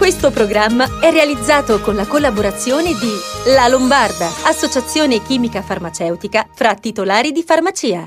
Questo programma è realizzato con la collaborazione di La Lombarda, associazione chimica farmaceutica fra titolari di farmacia.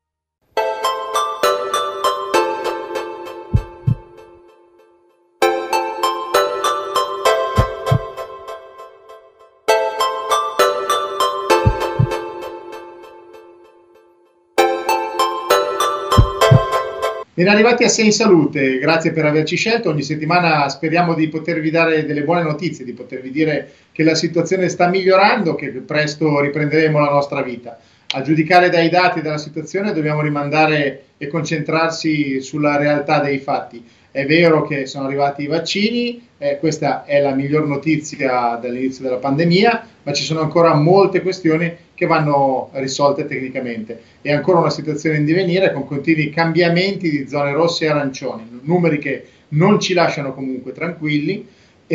Ben arrivati a Sei in Salute, grazie per averci scelto. Ogni settimana speriamo di potervi dare delle buone notizie, di potervi dire che la situazione sta migliorando, che presto riprenderemo la nostra vita. A giudicare dai dati della situazione dobbiamo rimandare e concentrarsi sulla realtà dei fatti. È vero che sono arrivati i vaccini, questa è la miglior notizia dall'inizio della pandemia, ma ci sono ancora molte questioni che vanno risolte tecnicamente. È ancora una situazione in divenire con continui cambiamenti di zone rosse e arancioni, numeri che non ci lasciano comunque tranquilli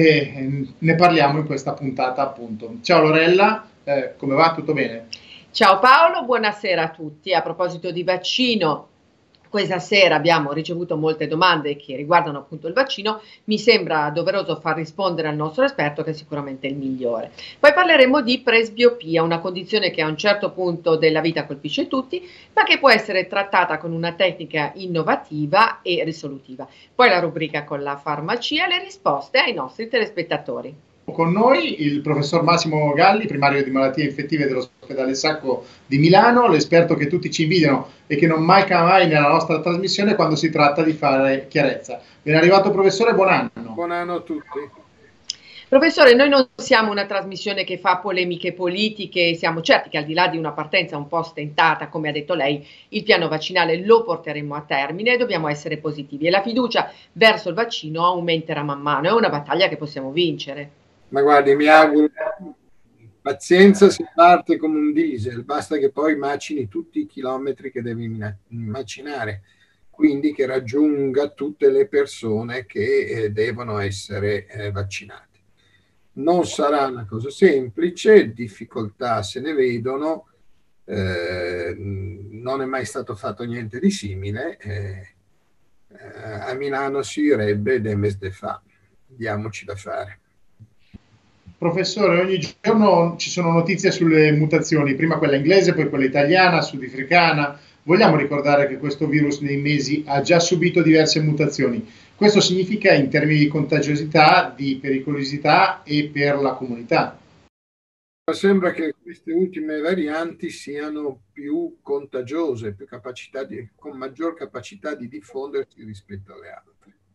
e ne parliamo in questa puntata appunto. Ciao Lorella, come va? Tutto bene? Ciao Paolo, buonasera a tutti. A proposito di vaccino, questa sera abbiamo ricevuto molte domande che riguardano appunto il vaccino, mi sembra doveroso far rispondere al nostro esperto che è sicuramente il migliore. Poi parleremo di presbiopia, una condizione che a un certo punto della vita colpisce tutti, ma che può essere trattata con una tecnica innovativa e risolutiva. Poi la rubrica con la farmacia e le risposte ai nostri telespettatori. Con noi il professor Massimo Galli, primario di malattie infettive dell'ospedale Sacco di Milano, l'esperto che tutti ci invidiano e che non manca mai nella nostra trasmissione quando si tratta di fare chiarezza. Ben arrivato professore, buon anno. Buon anno a tutti. Professore, noi non siamo una trasmissione che fa polemiche politiche, siamo certi che al di là di una partenza un po' stentata, come ha detto lei, il piano vaccinale lo porteremo a termine e dobbiamo essere positivi e la fiducia verso il vaccino aumenterà man mano, è una battaglia che possiamo vincere. Ma guardi, mi auguro, pazienza, si parte come un diesel, basta che poi macini tutti i chilometri che devi macinare, quindi che raggiunga tutte le persone che devono essere vaccinate. Non sarà una cosa semplice, difficoltà se ne vedono, non è mai stato fatto niente di simile, a Milano si direbbe demes de fa, diamoci da fare. Professore, ogni giorno ci sono notizie sulle mutazioni, prima quella inglese, poi quella italiana, sudafricana. Vogliamo ricordare che questo virus nei mesi ha già subito diverse mutazioni. Questo significa in termini di contagiosità, di pericolosità e per la comunità. Sembra che queste ultime varianti siano più contagiose, con maggior capacità di diffondersi rispetto alle altre.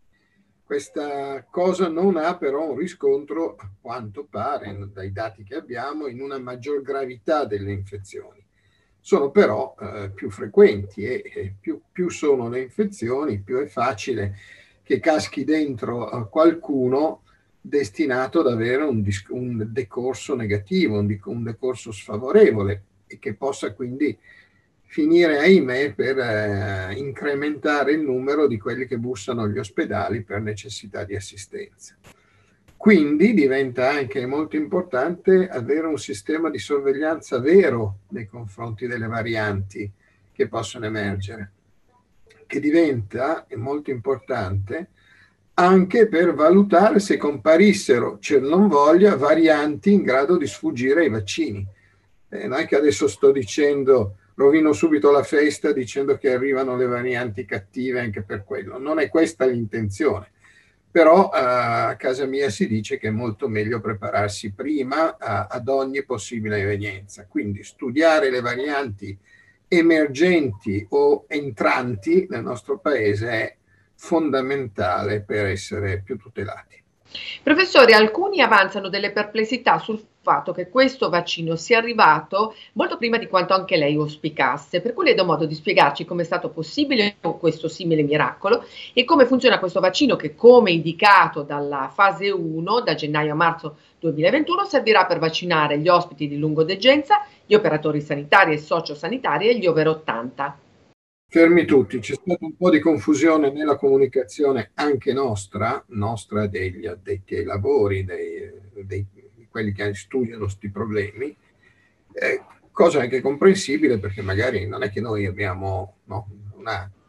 Questa cosa non ha però un riscontro, a quanto pare, dai dati che abbiamo, in una maggior gravità delle infezioni. Sono però più frequenti e più sono le infezioni, più è facile che caschi dentro qualcuno destinato ad avere un decorso negativo, un decorso sfavorevole e che possa quindi finire, ahimè, per incrementare il numero di quelli che bussano agli ospedali per necessità di assistenza. Quindi diventa anche molto importante avere un sistema di sorveglianza vero nei confronti delle varianti che possono emergere, che diventa molto importante anche per valutare se comparissero, non voglia, varianti in grado di sfuggire ai vaccini. Non è che adesso sto dicendo, rovino subito la festa dicendo che arrivano le varianti cattive anche per quello. Non è questa l'intenzione. Però a casa mia si dice che è molto meglio prepararsi prima ad ogni possibile evenienza. Quindi studiare le varianti emergenti o entranti nel nostro paese è fondamentale per essere più tutelati. Professore, alcuni avanzano delle perplessità sul fatto che questo vaccino sia arrivato molto prima di quanto anche lei auspicasse, per cui le do modo di spiegarci come è stato possibile questo simile miracolo e come funziona questo vaccino che, come indicato dalla fase 1, da gennaio a marzo 2021, servirà per vaccinare gli ospiti di lungodegenza, gli operatori sanitari e sociosanitari e gli over 80. Fermi tutti, c'è stata un po' di confusione nella comunicazione anche nostra degli addetti ai lavori, di quelli che studiano questi problemi, cosa anche comprensibile perché magari non è che noi abbiamo una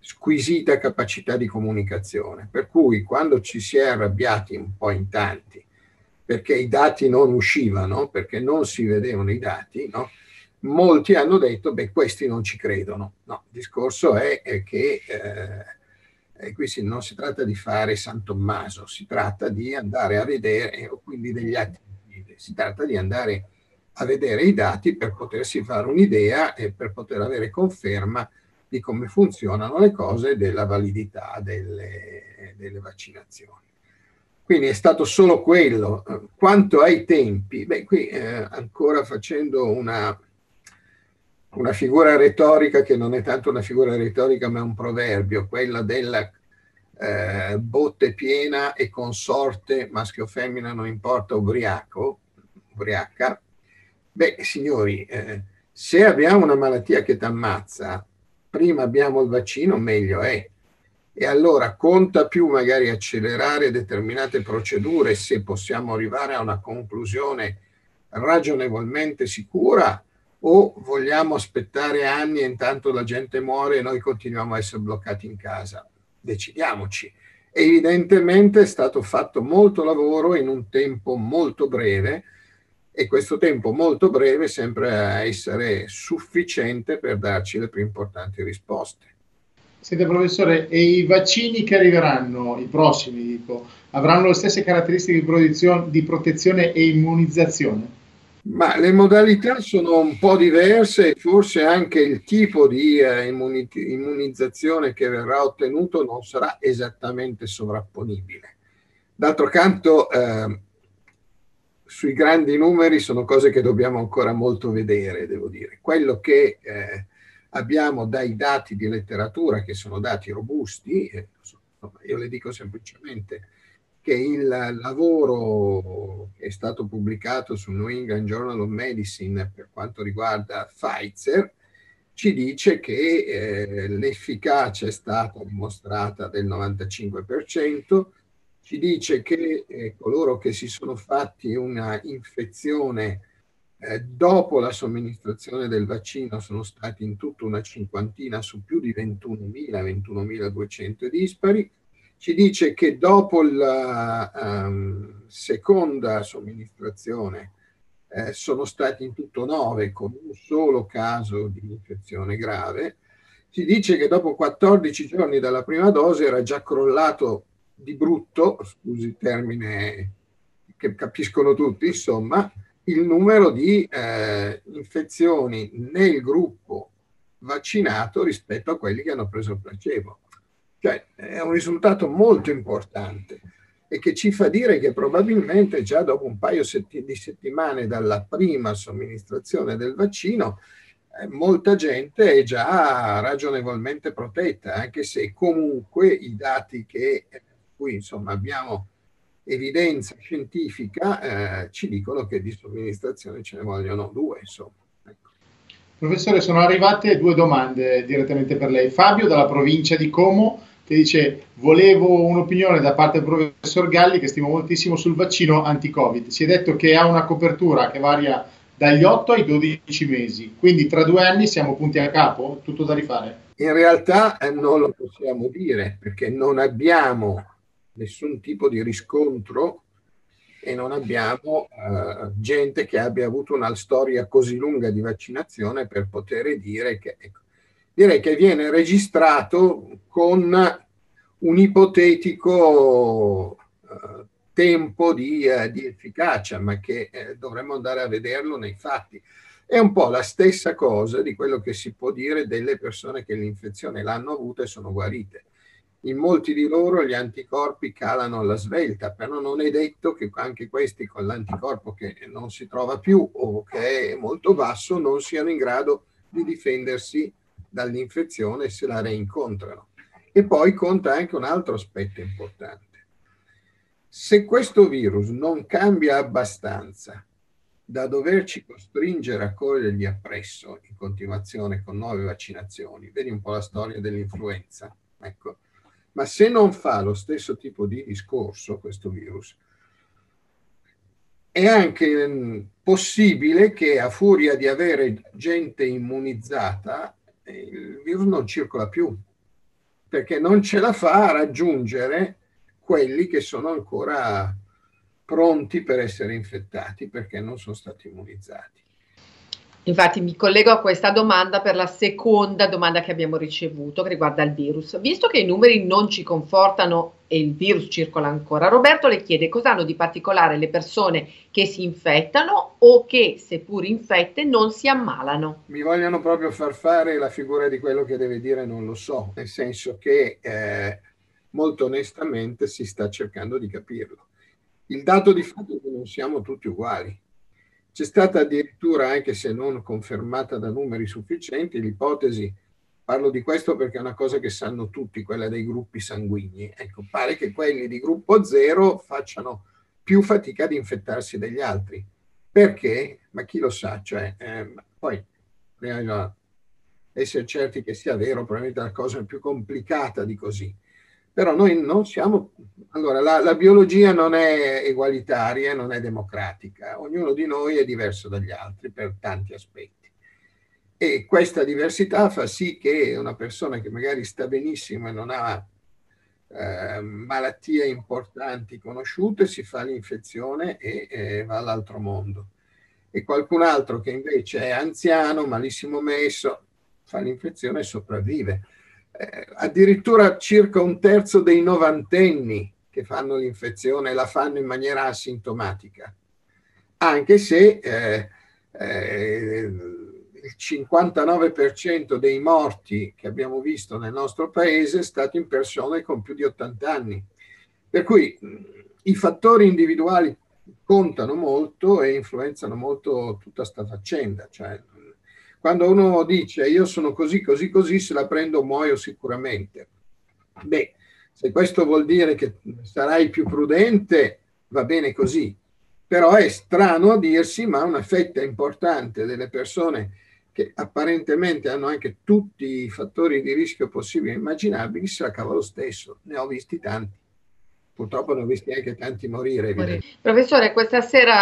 squisita capacità di comunicazione, per cui quando ci si è arrabbiati un po' in tanti perché i dati non uscivano, perché non si vedevano i dati, no? Molti hanno detto, beh, questi non ci credono. No, il discorso è che qui non si tratta di fare San Tommaso, si tratta di andare a vedere, o quindi degli atti, si tratta di andare a vedere i dati per potersi fare un'idea e per poter avere conferma di come funzionano le cose e della validità delle vaccinazioni. Quindi è stato solo quello. Quanto ai tempi, beh, qui ancora facendo una figura retorica che non è tanto una figura retorica ma è un proverbio, quella della botte piena e consorte, maschio o femmina non importa, ubriaca. Beh, signori, se abbiamo una malattia che ti ammazza, prima abbiamo il vaccino, meglio è. E allora conta più magari accelerare determinate procedure se possiamo arrivare a una conclusione ragionevolmente sicura, o vogliamo aspettare anni e intanto la gente muore e noi continuiamo a essere bloccati in casa? Decidiamoci. Evidentemente è stato fatto molto lavoro in un tempo molto breve, e questo tempo molto breve sembra essere sufficiente per darci le più importanti risposte. Senta professore, e i vaccini che arriveranno, i prossimi dico, avranno le stesse caratteristiche di protezione e immunizzazione? Ma le modalità sono un po' diverse e forse anche il tipo di immunizzazione che verrà ottenuto non sarà esattamente sovrapponibile. D'altro canto, sui grandi numeri sono cose che dobbiamo ancora molto vedere, devo dire. Quello che abbiamo dai dati di letteratura, che sono dati robusti, io le dico semplicemente che il lavoro che è stato pubblicato sul New England Journal of Medicine per quanto riguarda Pfizer ci dice che l'efficacia è stata dimostrata del 95%, ci dice che coloro che si sono fatti una infezione dopo la somministrazione del vaccino sono stati in tutto una cinquantina su più di 21.000, 21.200 dispari. Ci dice che dopo la seconda somministrazione sono stati in tutto 9 con un solo caso di infezione grave. Ci dice che dopo 14 giorni dalla prima dose era già crollato di brutto, scusi il termine che capiscono tutti, insomma, il numero di infezioni nel gruppo vaccinato rispetto a quelli che hanno preso il placebo. Cioè, è un risultato molto importante e che ci fa dire che probabilmente già dopo un paio di settimane dalla prima somministrazione del vaccino molta gente è già ragionevolmente protetta, anche se comunque i dati che qui insomma abbiamo evidenza scientifica ci dicono che di somministrazione ce ne vogliono 2, insomma. Ecco. Professore, sono arrivate 2 domande direttamente per lei. Fabio dalla provincia di Como che dice: volevo un'opinione da parte del professor Galli, che stimo moltissimo, sul vaccino anti-Covid. Si è detto che ha una copertura che varia dagli 8 ai 12 mesi, quindi tra 2 anni siamo punti a capo? Tutto da rifare? In realtà non lo possiamo dire, perché non abbiamo nessun tipo di riscontro e non abbiamo gente che abbia avuto una storia così lunga di vaccinazione per poter dire che... Ecco, direi che viene registrato con un ipotetico tempo di efficacia, ma che dovremmo andare a vederlo nei fatti. È un po' la stessa cosa di quello che si può dire delle persone che l'infezione l'hanno avuta e sono guarite. In molti di loro gli anticorpi calano alla svelta, però non è detto che anche questi con l'anticorpo che non si trova più o che è molto basso non siano in grado di difendersi dall'infezione se la reincontrano. E poi conta anche un altro aspetto importante. Se questo virus non cambia abbastanza da doverci costringere a cogliergli appresso in continuazione con nuove vaccinazioni, vedi un po' la storia dell'influenza, ecco. Ma se non fa lo stesso tipo di discorso questo virus, è anche possibile che a furia di avere gente immunizzata il virus non circola più. perché non ce la fa a raggiungere quelli che sono ancora pronti per essere infettati perché non sono stati immunizzati. Infatti mi collego a questa domanda per la seconda domanda che abbiamo ricevuto che riguarda il virus. Visto che i numeri non ci confortano e il virus circola ancora, Roberto le chiede cosa hanno di particolare le persone che si infettano o che, seppur infette, non si ammalano. Mi vogliono proprio far fare la figura di quello che deve dire non lo so, nel senso che molto onestamente si sta cercando di capirlo. Il dato di fatto è che non siamo tutti uguali. C'è stata addirittura, anche se non confermata da numeri sufficienti, l'ipotesi, parlo di questo perché è una cosa che sanno tutti, quella dei gruppi sanguigni. Ecco, pare che quelli di gruppo 0 facciano più fatica ad infettarsi degli altri. Perché? Ma chi lo sa? Cioè, poi, prima di essere certi che sia vero, probabilmente la cosa è più complicata di così. Però noi non siamo... Allora, la biologia non è egualitaria, non è democratica. Ognuno di noi è diverso dagli altri per tanti aspetti. E questa diversità fa sì che una persona che magari sta benissimo e non ha malattie importanti conosciute si fa l'infezione e va all'altro mondo. E qualcun altro che invece è anziano, malissimo messo, fa l'infezione e sopravvive. Addirittura circa un terzo dei novantenni che fanno l'infezione la fanno in maniera asintomatica, anche se il 59% dei morti che abbiamo visto nel nostro paese è stato in persone con più di 80 anni. Per cui i fattori individuali contano molto e influenzano molto tutta sta faccenda. Cioè, quando uno dice io sono così, così, così, se la prendo muoio sicuramente. Beh, se questo vuol dire che sarai più prudente, va bene così. Però è strano a dirsi, ma una fetta importante delle persone che apparentemente hanno anche tutti i fattori di rischio possibili e immaginabili se la cava lo stesso. Ne ho visti tanti. Purtroppo ne ho visti anche tanti morire. Professore, per questa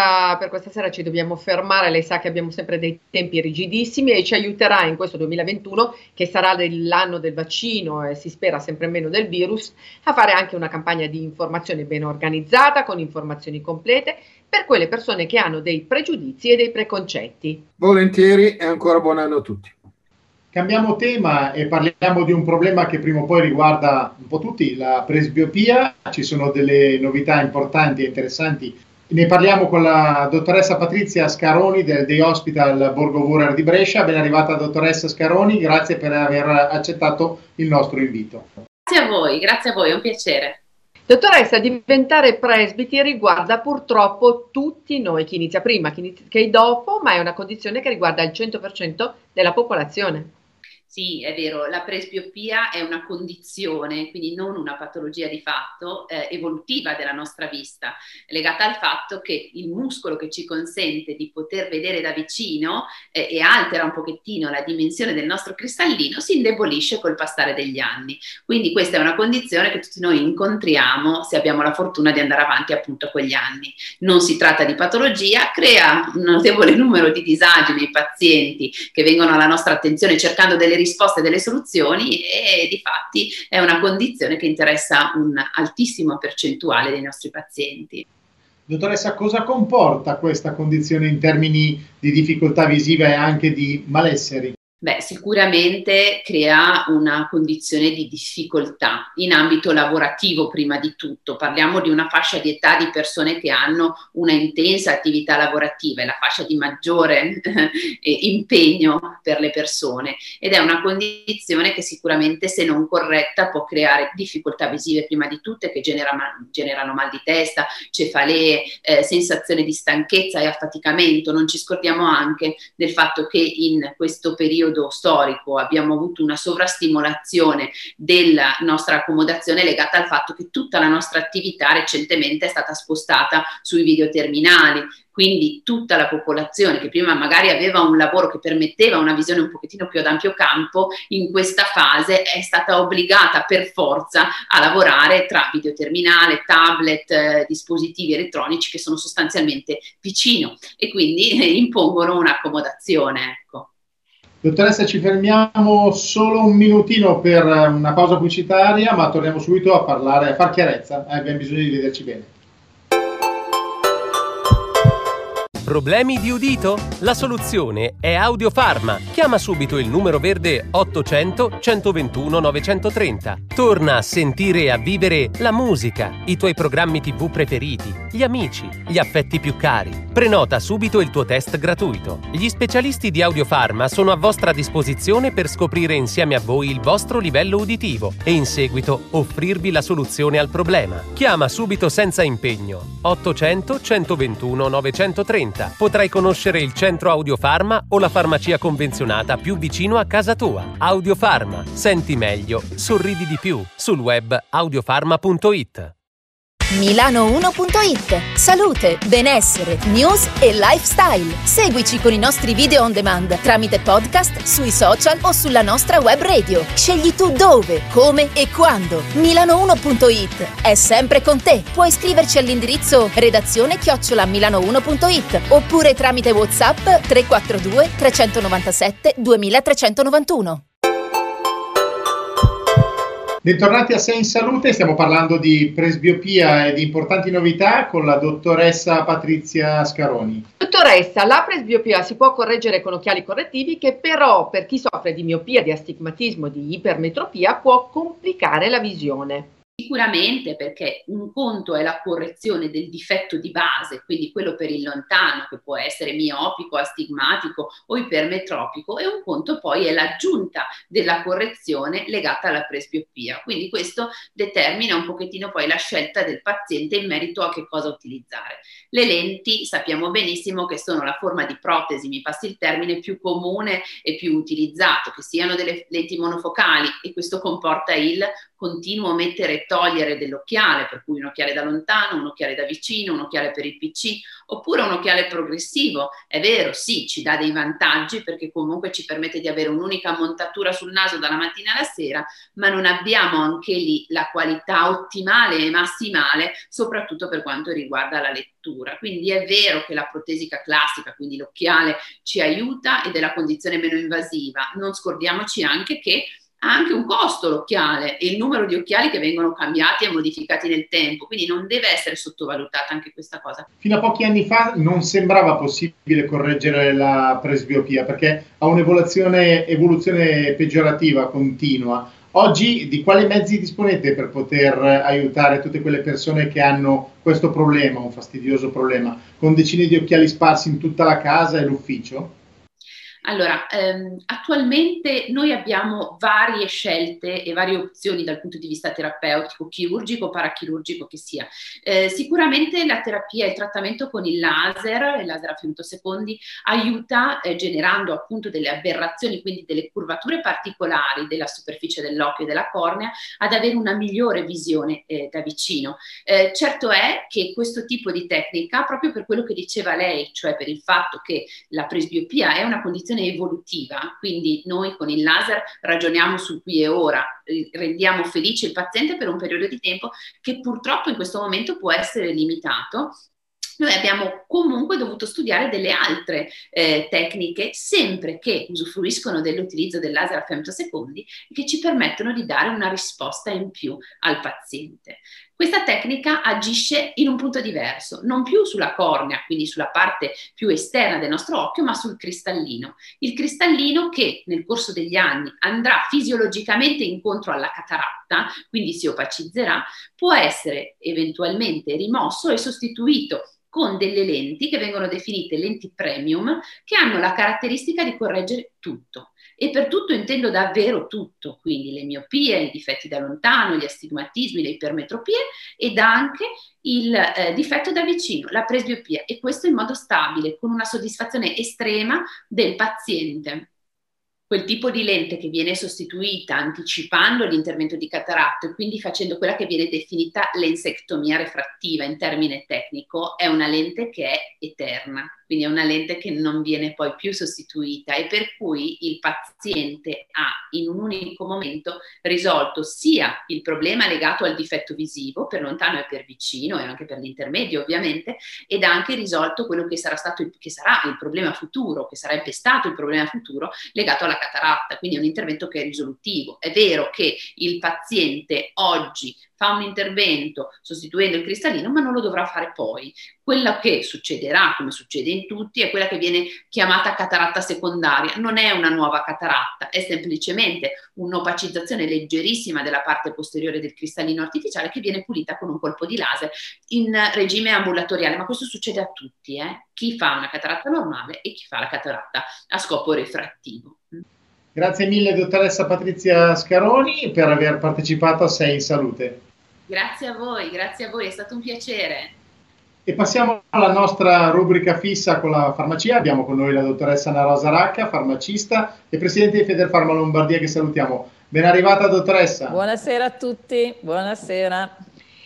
sera ci dobbiamo fermare. Lei sa che abbiamo sempre dei tempi rigidissimi e ci aiuterà in questo 2021, che sarà l'anno del vaccino e si spera sempre meno del virus, a fare anche una campagna di informazione ben organizzata, con informazioni complete, per quelle persone che hanno dei pregiudizi e dei preconcetti. Volentieri e ancora buon anno a tutti. Cambiamo tema e parliamo di un problema che prima o poi riguarda un po' tutti, la presbiopia. Ci sono delle novità importanti e interessanti. Ne parliamo con la dottoressa Patrizia Scaroni del Day Hospital Borgo Vorer di Brescia. Ben arrivata dottoressa Scaroni, grazie per aver accettato il nostro invito. Grazie a voi, è un piacere. Dottoressa, diventare presbiti riguarda purtroppo tutti noi, chi inizia prima, chi dopo, ma è una condizione che riguarda il 100% della popolazione. Sì, è vero, la presbiopia è una condizione, quindi non una patologia di fatto, evolutiva della nostra vista, legata al fatto che il muscolo che ci consente di poter vedere da vicino e altera un pochettino la dimensione del nostro cristallino si indebolisce col passare degli anni. Quindi questa è una condizione che tutti noi incontriamo se abbiamo la fortuna di andare avanti appunto con gli anni. Non si tratta di patologia, crea un notevole numero di disagi nei pazienti che vengono alla nostra attenzione cercando delle risposte, delle soluzioni, e difatti è una condizione che interessa un altissimo percentuale dei nostri pazienti. Dottoressa, cosa comporta questa condizione in termini di difficoltà visiva e anche di malesseri? Beh, sicuramente crea una condizione di difficoltà in ambito lavorativo prima di tutto. Parliamo di una fascia di età di persone che hanno una intensa attività lavorativa, è la fascia di maggiore impegno per le persone ed è una condizione che sicuramente, se non corretta, può creare difficoltà visive prima di tutto, che generano mal di testa, cefalee, sensazione di stanchezza e affaticamento. Non ci scordiamo anche del fatto che in questo periodo storico abbiamo avuto una sovrastimolazione della nostra accomodazione legata al fatto che tutta la nostra attività recentemente è stata spostata sui videoterminali, quindi tutta la popolazione che prima magari aveva un lavoro che permetteva una visione un pochettino più ad ampio campo, in questa fase è stata obbligata per forza a lavorare tra videoterminale, tablet, dispositivi elettronici che sono sostanzialmente vicino e quindi impongono un'accomodazione, ecco. Dottoressa, ci fermiamo solo un minutino per una pausa pubblicitaria, ma torniamo subito a parlare, a far chiarezza. Abbiamo bisogno di vederci bene. Problemi di udito? La soluzione è Audiofarma. Chiama subito il numero verde 800 121 930. Torna a sentire e a vivere la musica, i tuoi programmi TV preferiti, gli amici, gli affetti più cari. Prenota subito il tuo test gratuito. Gli specialisti di Audiofarma sono a vostra disposizione per scoprire insieme a voi il vostro livello uditivo e in seguito offrirvi la soluzione al problema. Chiama subito senza impegno 800 121 930. Potrai conoscere il centro Audiofarma o la farmacia convenzionata più vicino a casa tua. Audiofarma. Senti meglio, sorridi di più. Sul web audiofarma.it. Milano1.it. Salute, benessere, news e lifestyle. Seguici con i nostri video on demand tramite podcast, sui social o sulla nostra web radio. Scegli tu dove, come e quando. Milano1.it è sempre con te. Puoi iscriverci all'indirizzo redazione@milano1.it oppure tramite WhatsApp 342 397 2391. Bentornati a Sei in Salute, stiamo parlando di presbiopia e di importanti novità con la dottoressa Patrizia Scaroni. Dottoressa, la presbiopia si può correggere con occhiali correttivi che però per chi soffre di miopia, di astigmatismo, di ipermetropia può complicare la visione. Sicuramente, perché un conto è la correzione del difetto di base, quindi quello per il lontano, che può essere miopico, astigmatico o ipermetropico, e un conto poi è l'aggiunta della correzione legata alla presbiopia. Quindi questo determina un pochettino poi la scelta del paziente in merito a che cosa utilizzare. Le lenti sappiamo benissimo che sono la forma di protesi, mi passi il termine, più comune e più utilizzato, che siano delle lenti monofocali, e questo comporta il continuo mettere e togliere dell'occhiale, per cui un occhiale da lontano, un occhiale da vicino, un occhiale per il PC, oppure un occhiale progressivo. È vero, sì, ci dà dei vantaggi perché comunque ci permette di avere un'unica montatura sul naso dalla mattina alla sera, ma non abbiamo anche lì la qualità ottimale e massimale, soprattutto per quanto riguarda la lettura. Quindi è vero che la protesica classica, quindi l'occhiale, ci aiuta ed è la condizione meno invasiva. Non scordiamoci anche che ha anche un costo l'occhiale e il numero di occhiali che vengono cambiati e modificati nel tempo, quindi non deve essere sottovalutata anche questa cosa. Fino a pochi anni fa non sembrava possibile correggere la presbiopia perché ha un'evoluzione peggiorativa continua. Oggi di quali mezzi disponete per poter aiutare tutte quelle persone che hanno questo problema, un fastidioso problema, con decine di occhiali sparsi in tutta la casa e l'ufficio? Allora, attualmente noi abbiamo varie scelte e varie opzioni dal punto di vista terapeutico, chirurgico o parachirurgico che sia. Sicuramente la terapia e il trattamento con il laser a femtosecondi, aiuta generando appunto delle aberrazioni, quindi delle curvature particolari della superficie dell'occhio e della cornea, ad avere una migliore visione da vicino. Certo è che questo tipo di tecnica, proprio per quello che diceva lei, cioè per il fatto che la presbiopia è una condizione evolutiva, quindi noi con il laser ragioniamo sul qui e ora, rendiamo felice il paziente per un periodo di tempo che purtroppo in questo momento può essere limitato. Noi abbiamo comunque dovuto studiare delle altre tecniche, sempre che usufruiscono dell'utilizzo del laser a femtosecondi, che ci permettono di dare una risposta in più al paziente. Questa tecnica agisce in un punto diverso, non più sulla cornea, quindi sulla parte più esterna del nostro occhio, ma sul cristallino. Il cristallino che nel corso degli anni andrà fisiologicamente incontro alla cataratta, quindi si opacizzerà, può essere eventualmente rimosso e sostituito con delle lenti che vengono definite lenti premium, che hanno la caratteristica di correggere tutto. E per tutto intendo davvero tutto, quindi le miopie, i difetti da lontano, gli astigmatismi, le ipermetropie ed anche il difetto da vicino, la presbiopia, e questo in modo stabile, con una soddisfazione estrema del paziente. Quel tipo di lente che viene sostituita anticipando l'intervento di cataratto e quindi facendo quella che viene definita lensectomia refrattiva in termine tecnico, è una lente che è eterna. quindi è una lente che non viene poi più sostituita e per cui il paziente ha in un unico momento risolto sia il problema legato al difetto visivo per lontano e per vicino e anche per l'intermedio ovviamente, ed ha anche risolto quello che sarà il problema futuro, che sarebbe stato il problema futuro legato alla cataratta, quindi è un intervento che è risolutivo. È vero che il paziente oggi fa un intervento sostituendo il cristallino, ma non lo dovrà fare poi. Quella che succederà, come succede in tutti, è quella che viene chiamata cataratta secondaria. Non è una nuova cataratta, è semplicemente un'opacizzazione leggerissima della parte posteriore del cristallino artificiale che viene pulita con un colpo di laser in regime ambulatoriale, ma questo succede a tutti, chi fa una cataratta normale e chi fa la cataratta a scopo refrattivo. Grazie mille dottoressa Patrizia Scaroni per aver partecipato a Sei in Salute. Grazie a voi, è stato un piacere. E passiamo alla nostra rubrica fissa con la farmacia. Abbiamo con noi la dottoressa Anna Rosa Racca, farmacista e presidente di Federfarma Lombardia, che salutiamo. Ben arrivata dottoressa. Buonasera a tutti, buonasera.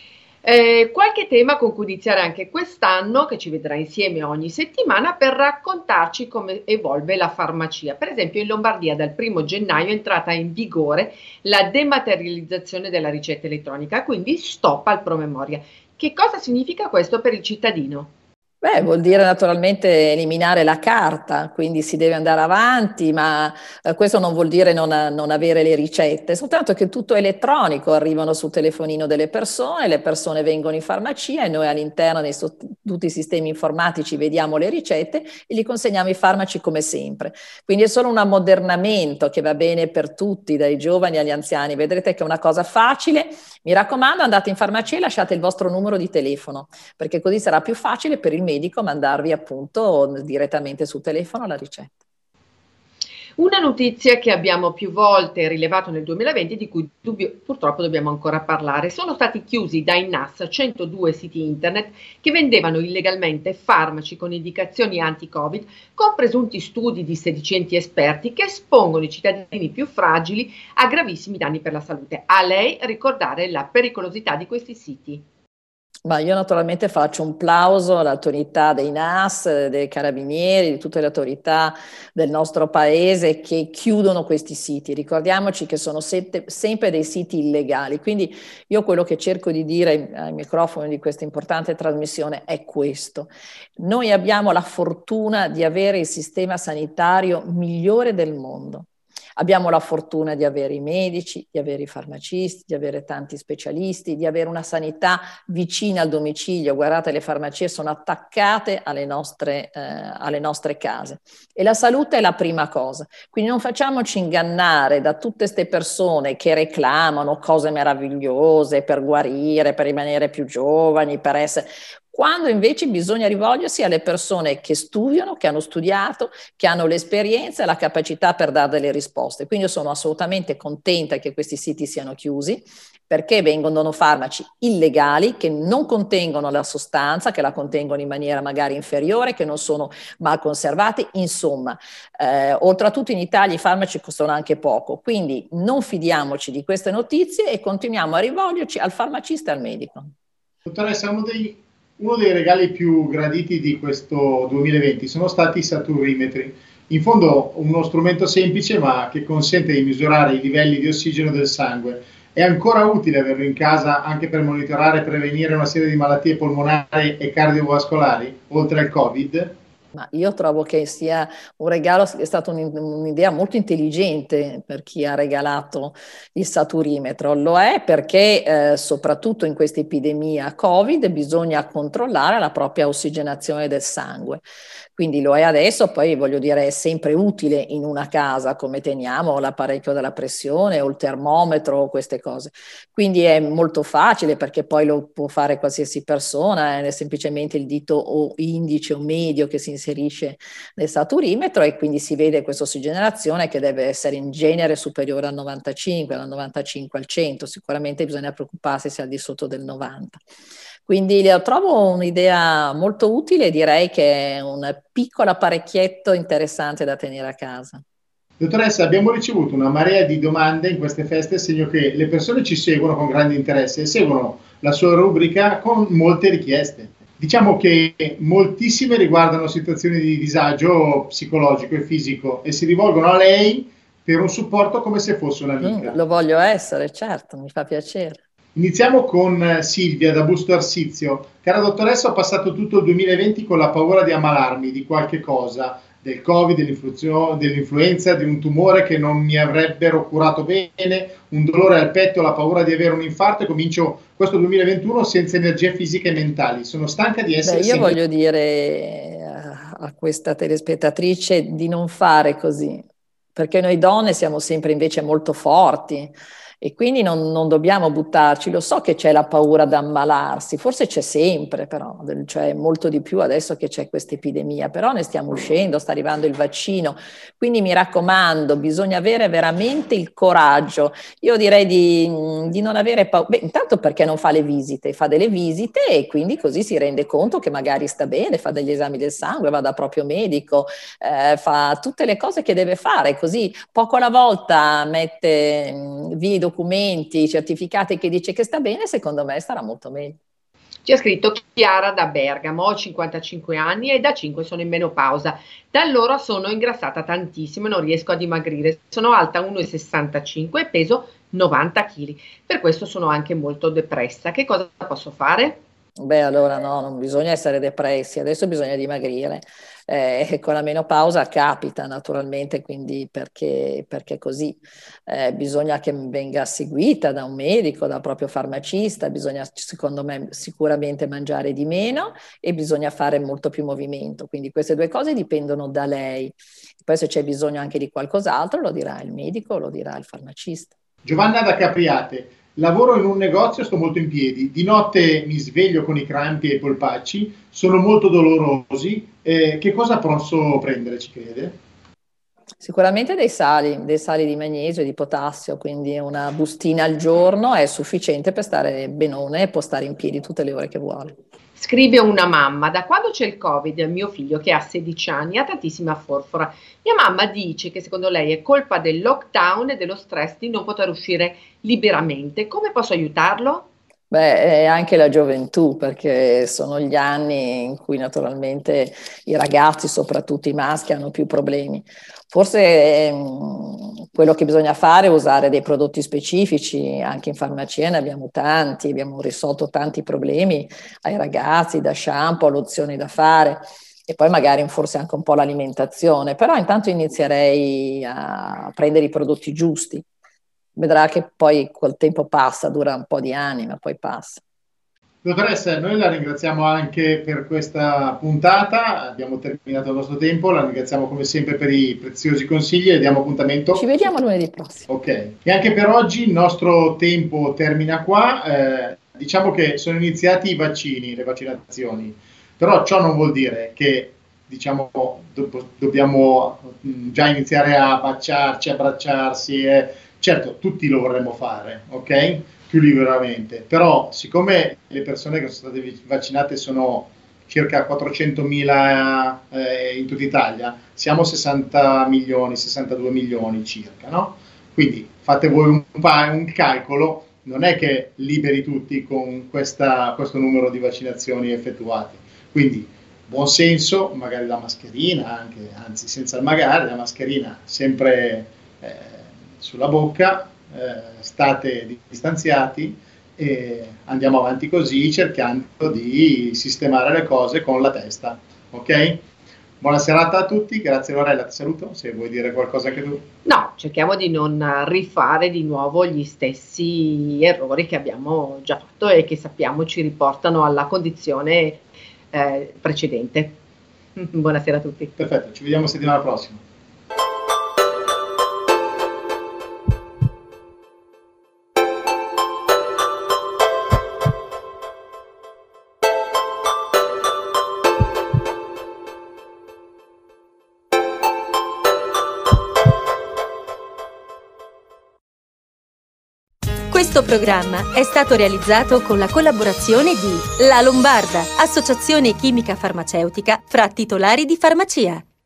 Qualche tema con cui iniziare anche quest'anno, che ci vedrà insieme ogni settimana per raccontarci come evolve la farmacia. Per esempio in Lombardia dal 1° gennaio è entrata in vigore la dematerializzazione della ricetta elettronica, quindi stop al promemoria. Che cosa significa questo per il cittadino? Beh, vuol dire naturalmente eliminare la carta, quindi si deve andare avanti, ma questo non vuol dire non avere le ricette, soltanto che tutto è elettronico, arrivano sul telefonino delle persone, le persone vengono in farmacia e noi all'interno di tutti i sistemi informatici vediamo le ricette e gli consegniamo i farmaci come sempre. Quindi è solo un ammodernamento che va bene per tutti, dai giovani agli anziani. Vedrete che è una cosa facile. Mi raccomando, andate in farmacia e lasciate il vostro numero di telefono, perché così sarà più facile per il medico mandarvi appunto direttamente sul telefono la ricetta. Una notizia che abbiamo più volte rilevato nel 2020, di cui purtroppo dobbiamo ancora parlare. Sono stati chiusi dai NAS 102 siti internet che vendevano illegalmente farmaci con indicazioni anti-Covid, con presunti studi di sedicenti esperti che espongono i cittadini più fragili a gravissimi danni per la salute. A lei ricordare la pericolosità di questi siti. Ma io naturalmente faccio un plauso all'autorità dei NAS, dei carabinieri, di tutte le autorità del nostro paese che chiudono questi siti. Ricordiamoci che sono sempre dei siti illegali, quindi io quello che cerco di dire ai microfoni di questa importante trasmissione è questo. Noi abbiamo la fortuna di avere il sistema sanitario migliore del mondo. Abbiamo la fortuna di avere i medici, di avere i farmacisti, di avere tanti specialisti, di avere una sanità vicina al domicilio. Guardate, le farmacie sono attaccate alle nostre case e la salute è la prima cosa. Quindi non facciamoci ingannare da tutte queste persone che reclamano cose meravigliose per guarire, per rimanere più giovani, per essere... quando invece bisogna rivolgersi alle persone che studiano, che hanno studiato, che hanno l'esperienza e la capacità per dare delle risposte. Quindi io sono assolutamente contenta che questi siti siano chiusi, perché vengono farmaci illegali che non contengono la sostanza, che la contengono in maniera magari inferiore, che non sono mal conservati. Insomma, oltretutto in Italia i farmaci costano anche poco, quindi non fidiamoci di queste notizie e continuiamo a rivolgerci al farmacista e al medico. Dottoressa, uno dei regali più graditi di questo 2020 sono stati i saturimetri. In fondo uno strumento semplice ma che consente di misurare i livelli di ossigeno del sangue. È ancora utile averlo in casa anche per monitorare e prevenire una serie di malattie polmonari e cardiovascolari, oltre al Covid? Ma io trovo che sia un regalo, è stata un'idea molto intelligente per chi ha regalato il saturimetro. Lo è perché soprattutto in questa epidemia Covid bisogna controllare la propria ossigenazione del sangue. Quindi lo è adesso, poi voglio dire è sempre utile in una casa come teniamo l'apparecchio della pressione o il termometro o queste cose. Quindi è molto facile perché poi lo può fare qualsiasi persona, è semplicemente il dito o indice o medio che si inserisce nel saturimetro e quindi si vede questa ossigenazione che deve essere in genere superiore al 95, dal 95 al 100, sicuramente bisogna preoccuparsi se è al di sotto del 90. Quindi trovo un'idea molto utile e direi che è un piccolo apparecchietto interessante da tenere a casa. Dottoressa, abbiamo ricevuto una marea di domande in queste feste, segno che le persone ci seguono con grande interesse e seguono la sua rubrica con molte richieste. Diciamo che moltissime riguardano situazioni di disagio psicologico e fisico e si rivolgono a lei per un supporto come se fosse un'amica. Lo voglio essere, certo, mi fa piacere. Iniziamo con Silvia da Busto Arsizio. Cara dottoressa, ho passato tutto il 2020 con la paura di ammalarmi di qualche cosa, del Covid, dell'influenza, di un tumore che non mi avrebbero curato bene, un dolore al petto, la paura di avere un infarto e comincio questo 2021 senza energie fisiche e mentali. Sono stanca di essere... Io voglio dire a questa telespettatrice di non fare così, perché noi donne siamo sempre invece molto forti e quindi non dobbiamo buttarci. Lo so che c'è la paura di ammalarsi, forse c'è sempre, però cioè molto di più adesso che c'è questa epidemia, però ne stiamo uscendo, sta arrivando il vaccino, quindi mi raccomando, bisogna avere veramente il coraggio. Io direi di non avere paura, intanto perché non fa le visite, fa delle visite e quindi così si rende conto che magari sta bene, fa degli esami del sangue, va dal proprio medico, fa tutte le cose che deve fare, così poco alla volta mette via i documenti, certificati che dice che sta bene, secondo me starà molto meglio. Ci ha scritto Chiara da Bergamo, ho 55 anni e da 5 sono in menopausa. Da allora sono ingrassata tantissimo e non riesco a dimagrire. Sono alta 1,65 e peso 90 kg. Per questo sono anche molto depressa. Che cosa posso fare? Allora no, non bisogna essere depressi, adesso bisogna dimagrire. Con la menopausa capita naturalmente, quindi perché così bisogna che venga seguita da un medico, dal proprio farmacista, bisogna secondo me sicuramente mangiare di meno e bisogna fare molto più movimento, quindi queste due cose dipendono da lei. Poi se c'è bisogno anche di qualcos'altro lo dirà il medico, lo dirà il farmacista. Giovanna da Capriate. Lavoro in un negozio, sto molto in piedi, di notte mi sveglio con i crampi e i polpacci, sono molto dolorosi, che cosa posso prendere, ci crede? Sicuramente dei sali di magnesio e di potassio, quindi una bustina al giorno è sufficiente per stare benone e può stare in piedi tutte le ore che vuole. Scrive una mamma, da quando c'è il Covid, mio figlio che ha 16 anni ha tantissima forfora. Mia mamma dice che secondo lei è colpa del lockdown e dello stress di non poter uscire liberamente. Come posso aiutarlo? È anche la gioventù, perché sono gli anni in cui naturalmente i ragazzi, soprattutto i maschi, hanno più problemi. Forse quello che bisogna fare è usare dei prodotti specifici, anche in farmacia ne abbiamo tanti, abbiamo risolto tanti problemi ai ragazzi, da shampoo a lozioni da fare e poi magari forse anche un po' l'alimentazione, però intanto inizierei a prendere i prodotti giusti. Vedrà che poi col tempo passa, dura un po' di anni, ma poi passa. Dottoressa, noi la ringraziamo anche per questa puntata, abbiamo terminato il nostro tempo, la ringraziamo come sempre per i preziosi consigli e diamo appuntamento. Ci vediamo lunedì prossimo. Ok, e anche per oggi il nostro tempo termina qua, diciamo che sono iniziati i vaccini, le vaccinazioni, però ciò non vuol dire che diciamo dobbiamo già iniziare a baciarci, abbracciarsi, certo tutti lo vorremmo fare, ok? Più liberamente, però siccome le persone che sono state vaccinate sono circa 400.000 in tutta Italia, siamo 60 milioni, 62 milioni circa, no? Quindi fate voi un calcolo, non è che liberi tutti con questo numero di vaccinazioni effettuate, quindi buon senso, magari la mascherina, anche, anzi senza il magari, la mascherina sempre sulla bocca, state distanziati e andiamo avanti così cercando di sistemare le cose con la testa, ok? Buona serata a tutti, grazie Lorella, ti saluto, se vuoi dire qualcosa anche tu. No, cerchiamo di non rifare di nuovo gli stessi errori che abbiamo già fatto e che sappiamo ci riportano alla condizione precedente. Buonasera a tutti. Perfetto, ci vediamo settimana prossima. Questo programma è stato realizzato con la collaborazione di La Lombarda, associazione chimica farmaceutica fra titolari di farmacia.